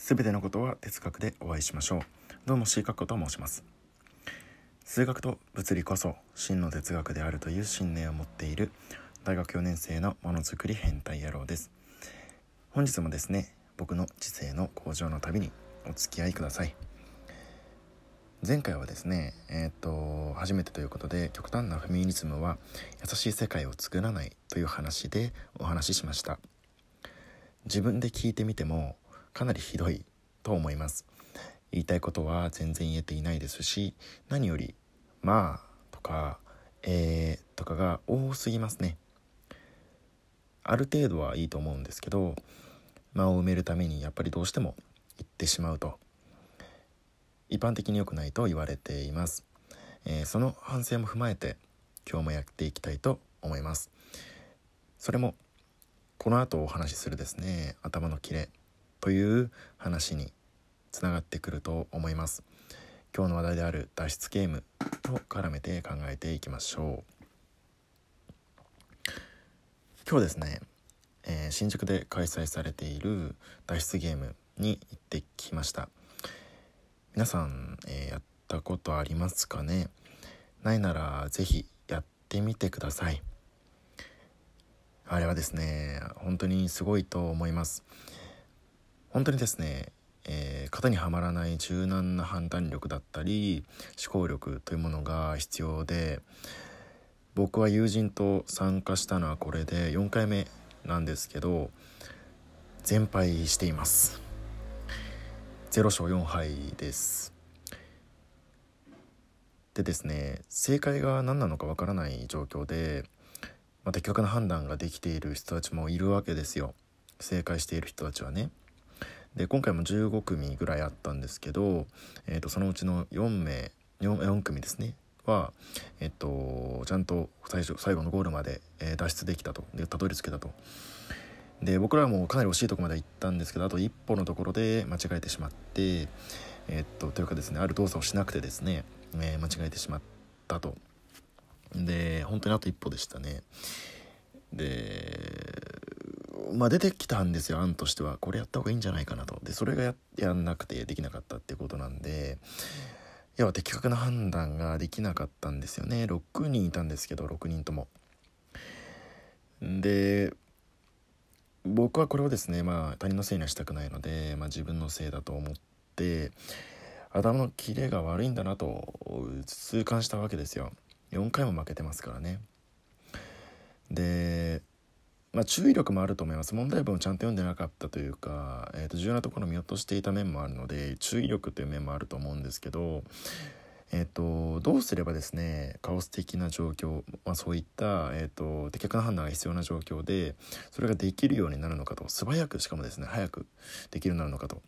すべてのことは哲学でお会いしましょう。どうも C カッコと申します。数学と物理こそ真の哲学であるという信念を持っている大学4年生のものづくり変態野郎です。本日もですね、僕の知性の向上の旅にお付き合いください。前回はですね、初めてということで、極端なフェミニズムは優しい世界を作らないという話でお話ししました。自分で聞いてみてもかなりひどいと思います。言いたいことは全然言えていないですし、何よりまあとかとかが多すぎますね。ある程度はいいと思うんですけど、間を埋めるためにやっぱりどうしても言ってしまうと一般的に良くないと言われています。その反省も踏まえて今日もやっていきたいと思います。それもこの後お話しするですね、頭の切れという話につながってくると思います。今日の話題である脱出ゲームと絡めて考えていきましょう。今日ですね、新宿で開催されている脱出ゲームに行ってきました。皆さん、やったことありますかね。ないならぜひやってみてください。あれはですね、本当にすごいと思います。本当にですね、型にはまらない柔軟な判断力だったり思考力というものが必要で、僕は友人と参加したのはこれで4回目なんですけど、全敗しています。0勝4敗です。でですね、正解が何なのかわからない状況で、的確な判断ができている人たちもいるわけですよ。正解している人たちはね。で今回も15組ぐらいあったんですけど、そのうちの4組ですねは、ちゃんと最後のゴールまで、脱出できたと、でたどり着けたと。で僕らはもうかなり惜しいところまで行ったんですけど、あと一歩のところで間違えてしまって、というかですね、ある動作をしなくてですね、間違えてしまったと。で本当にあと一歩でしたね。で出てきたんですよ、案としては。これやった方がいいんじゃないかなと。でそれがやんなくてできなかったっていうことなんで、要は的確な判断ができなかったんですよね。6人いたんですけど、6人とも。で僕はこれをですね、他人のせいにはしたくないので、自分のせいだと思って頭のキレが悪いんだなと痛感したわけですよ。4回も負けてますからね。で注意力もあると思います。問題文をちゃんと読んでなかったというか、重要なところを見落としていた面もあるので、注意力という面もあると思うんですけど、どうすればですね、カオス的な状況、そういった、的確な判断が必要な状況でそれができるようになるのかと、素早くしかもですね早くできるようになるのかと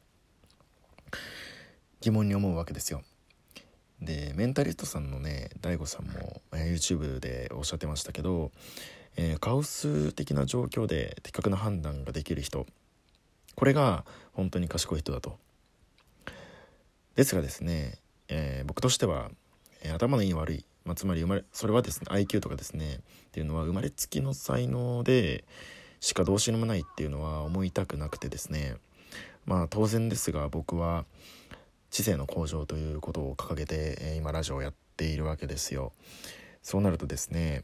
疑問に思うわけですよ。でメンタリストさんのね、大悟さんも、YouTube でおっしゃってましたけど、カオス的な状況で的確な判断ができる人、これが本当に賢い人だと。ですがですね、僕としては、頭のいい悪い、つまりそれはですね IQ とかですねっていうのは生まれつきの才能でしかどうしようもないっていうのは思いたくなくてですね、当然ですが僕は知性の向上ということを掲げて、今ラジオをやっているわけですよ。そうなるとですね、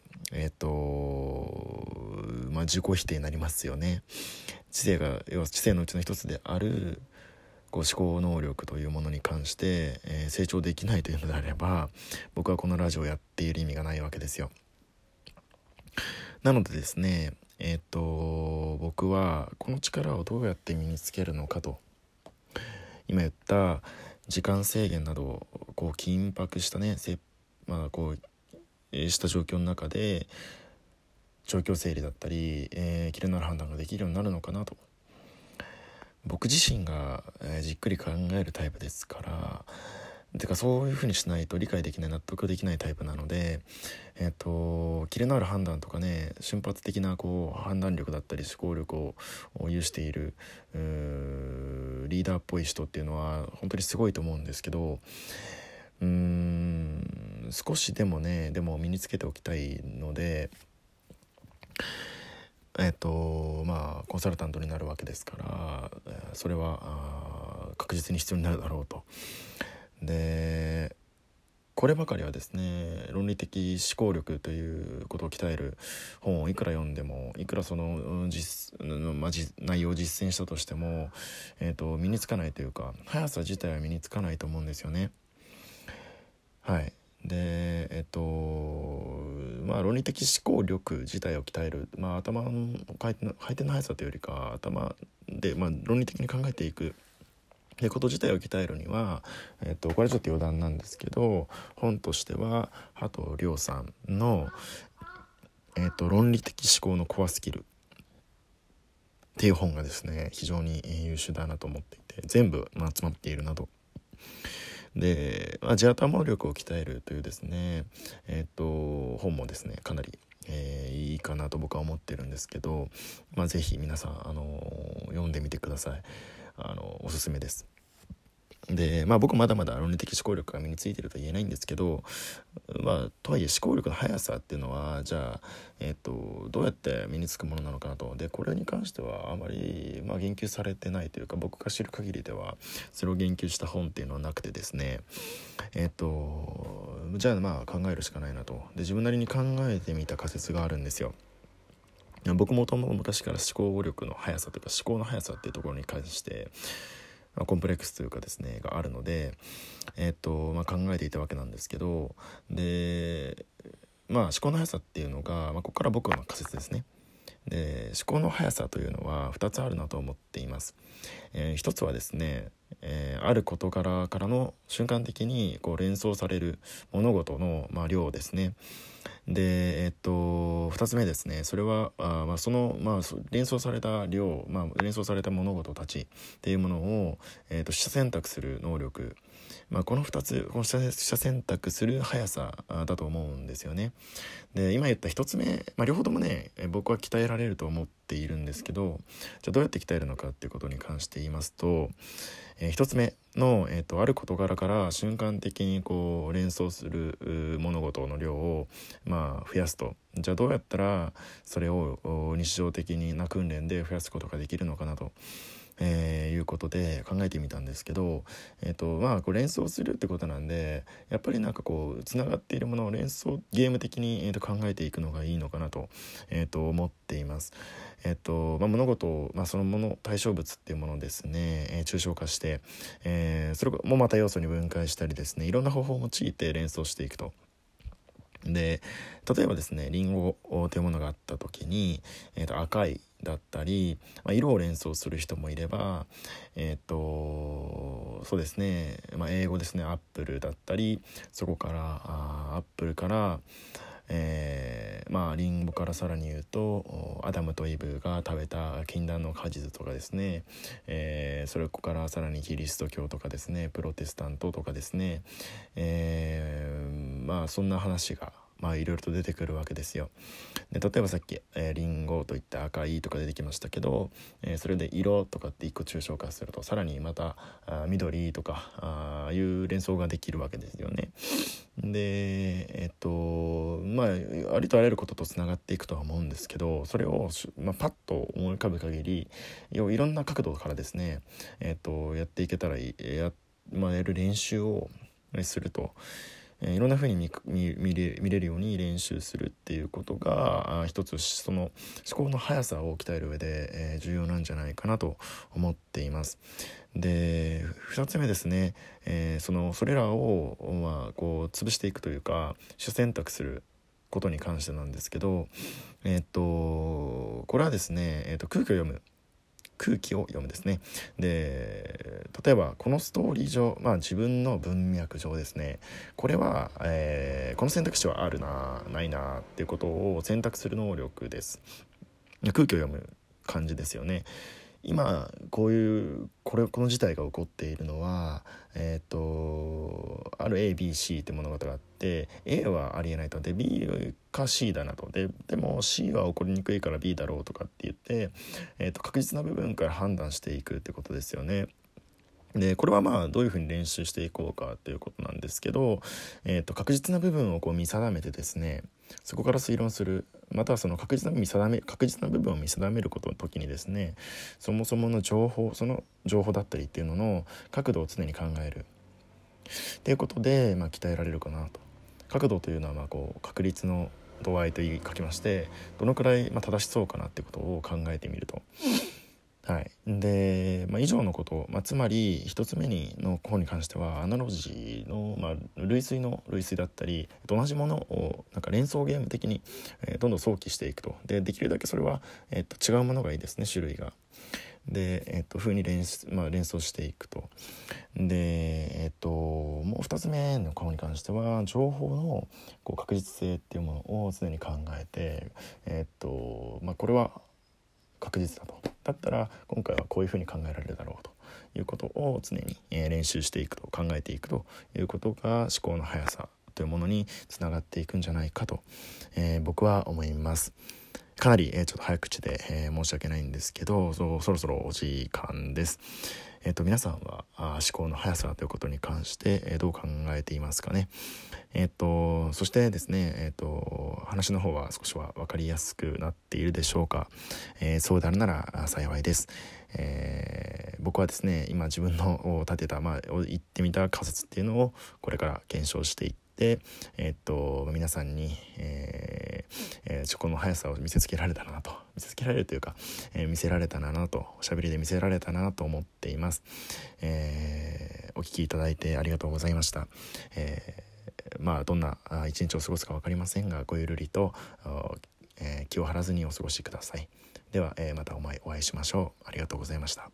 自己否定になりますよね。要は知性のうちの一つである思考能力というものに関して、成長できないというのであれば、僕はこのラジオをやっている意味がないわけですよ。なのでですね、僕はこの力をどうやって身につけるのかと、今言った時間制限など緊迫したね、した状況の中で状況整理だったり、キレのある判断ができるようになるのかなと。僕自身が、じっくり考えるタイプですから、そういう風にしないと理解できない、納得できないタイプなので、キレのある判断とかね、瞬発的な判断力だったり思考力を有しているリーダーっぽい人っていうのは本当にすごいと思うんですけど、少しでも身につけておきたいので、コンサルタントになるわけですから、それは確実に必要になるだろうと。でこればかりはですね、論理的思考力ということを鍛える本をいくら読んでも、いくらその内容を実践したとしても、身につかないというか、速さ自体は身につかないと思うんですよね。はい。で論理的思考力自体を鍛える、頭の回転の速さというよりか、頭で、論理的に考えていくこと自体を鍛えるには、これちょっと余談なんですけど、本としては波藤亮さんの、論理的思考のコアスキルっていう本がですね、非常に優秀だなと思っていて、全部集まっているなと。で、自頭力を鍛えるというですね、本もですね、かなりいいかなと僕は思ってるんですけど、ぜひ皆さん読んでみてください。おすすめです。で僕まだまだ論理的思考力が身についているとは言えないんですけど、とはいえ思考力の速さっていうのはじゃあ、どうやって身につくものなのかなと。でこれに関してはあまり、言及されてないというか、僕が知る限りではそれを言及した本っていうのはなくてですね、じゃあ考えるしかないなと。で自分なりに考えてみた仮説があるんですよ。僕も昔から思考力の速さというか思考の速さっていうところに関してコンプレックスというかですねがあるので、考えていたわけなんですけど、で思考の速さっていうのが、ここから僕の仮説ですね。で思考の速さというのは2つあるなと思っています。一つはですね、ある事柄からの瞬間的に連想される物事の、量ですね。で2つ目ですね、それは連想された量、連想された物事たちっていうものを、取捨選択する能力、この2つ、この取捨選択する速さだと思うんですよね。で今言った1つ目、両方ともね僕は鍛えられると思っているんですけど、じゃあどうやって鍛えるのかっていうことに関して言いますと、1つ目の、ある事柄から瞬間的に連想する物事の量を、増やすと。じゃあどうやったらそれを日常的な訓練で増やすことができるのかなと、いうことで考えてみたんですけど、連想するってことなんで、やっぱりつながっているものをゲーム的に、考えていくのがいいのかなと、思っています。物事を、そのもの対象物っていうものをですね、抽象化して、それもまた要素に分解したりですね、いろんな方法を用いて連想していくと。で例えばですね、リンゴというものがあった時に、赤いだったり、色を連想する人もいれば、そうですね、英語ですね、アップルだったり、そこからアップルからリンゴからさらに言うとアダムとイブが食べた禁断の果実とかですね、それからさらにキリスト教とかですね、プロテスタントとかですね、そんな話がいろいろと出てくるわけですよ。で例えばさっき、リンゴといって赤いとか出てきましたけど、それで色とかって一個抽象化すると、さらにまた緑とかいう連想ができるわけですよね。でありとあらゆることとつながっていくとは思うんですけど、それをパッと思い浮かぶ限りいろんな角度からですね、やっていけたらいい、やる練習をすると、いろんな風に見れるように練習するっていうことが一つその思考の速さを鍛える上で、重要なんじゃないかなと思っています。で2つ目ですね、それらを潰していくというか取捨選択することに関してなんですけど、これはですね、空気を読むですね。で例えばこのストーリー上、自分の文脈上ですね、これは、この選択肢はあるなないなっていうことを選択する能力です。空気を読む感じですよね。今この事態が起こっているのは、ある ABC って物事があって、 A はありえないと。で B か C だなと。でも C は起こりにくいから B だろうとかって言って、確実な部分から判断していくってことですよね。でこれはどういうふうに練習していこうかということなんですけど、確実な部分を見定めてですね、そこから推論する、 またはその確実な部分を見定めることの時にですね、そもそものその情報だったりっていうのの角度を常に考えるっていうことで、鍛えられるかなと。角度というのは確率の度合いと言い書きまして、どのくらい正しそうかなってことを考えてみると、で、以上のこと、つまり一つ目の方に関してはアナロジーの、類推だったり、同じものを連想ゲーム的に、どんどん想起していくと。できるだけそれは、違うものがいいですね、種類が。で、風に連想していくと。で、もう2つ目の方に関しては情報の確実性っていうものを常に考えて、これは確実だと。だったら今回はこういうふうに考えられるだろうということを常に練習していくと、考えていくということが思考の速さというものにつながっていくんじゃないかと、僕は思います。かなり、ちょっと早口で、申し訳ないんですけど、そろそろお時間です。皆さんは思考の速さということに関して、どう考えていますかね。そしてですね、話の方は少しは分かりやすくなっているでしょうか。そうであるなら幸いです。僕はですね、今自分の立てた、言ってみた仮説っていうのをこれから検証していって、皆さんに、思考の速さを見せられるというか、見せられたなと、おしゃべりで見せられたなと思っています。お聞きいただいてありがとうございました。どんな一日を過ごすか分かりませんが、ごゆるりと、気を張らずにお過ごしください。では、またお会いしましょう。ありがとうございました。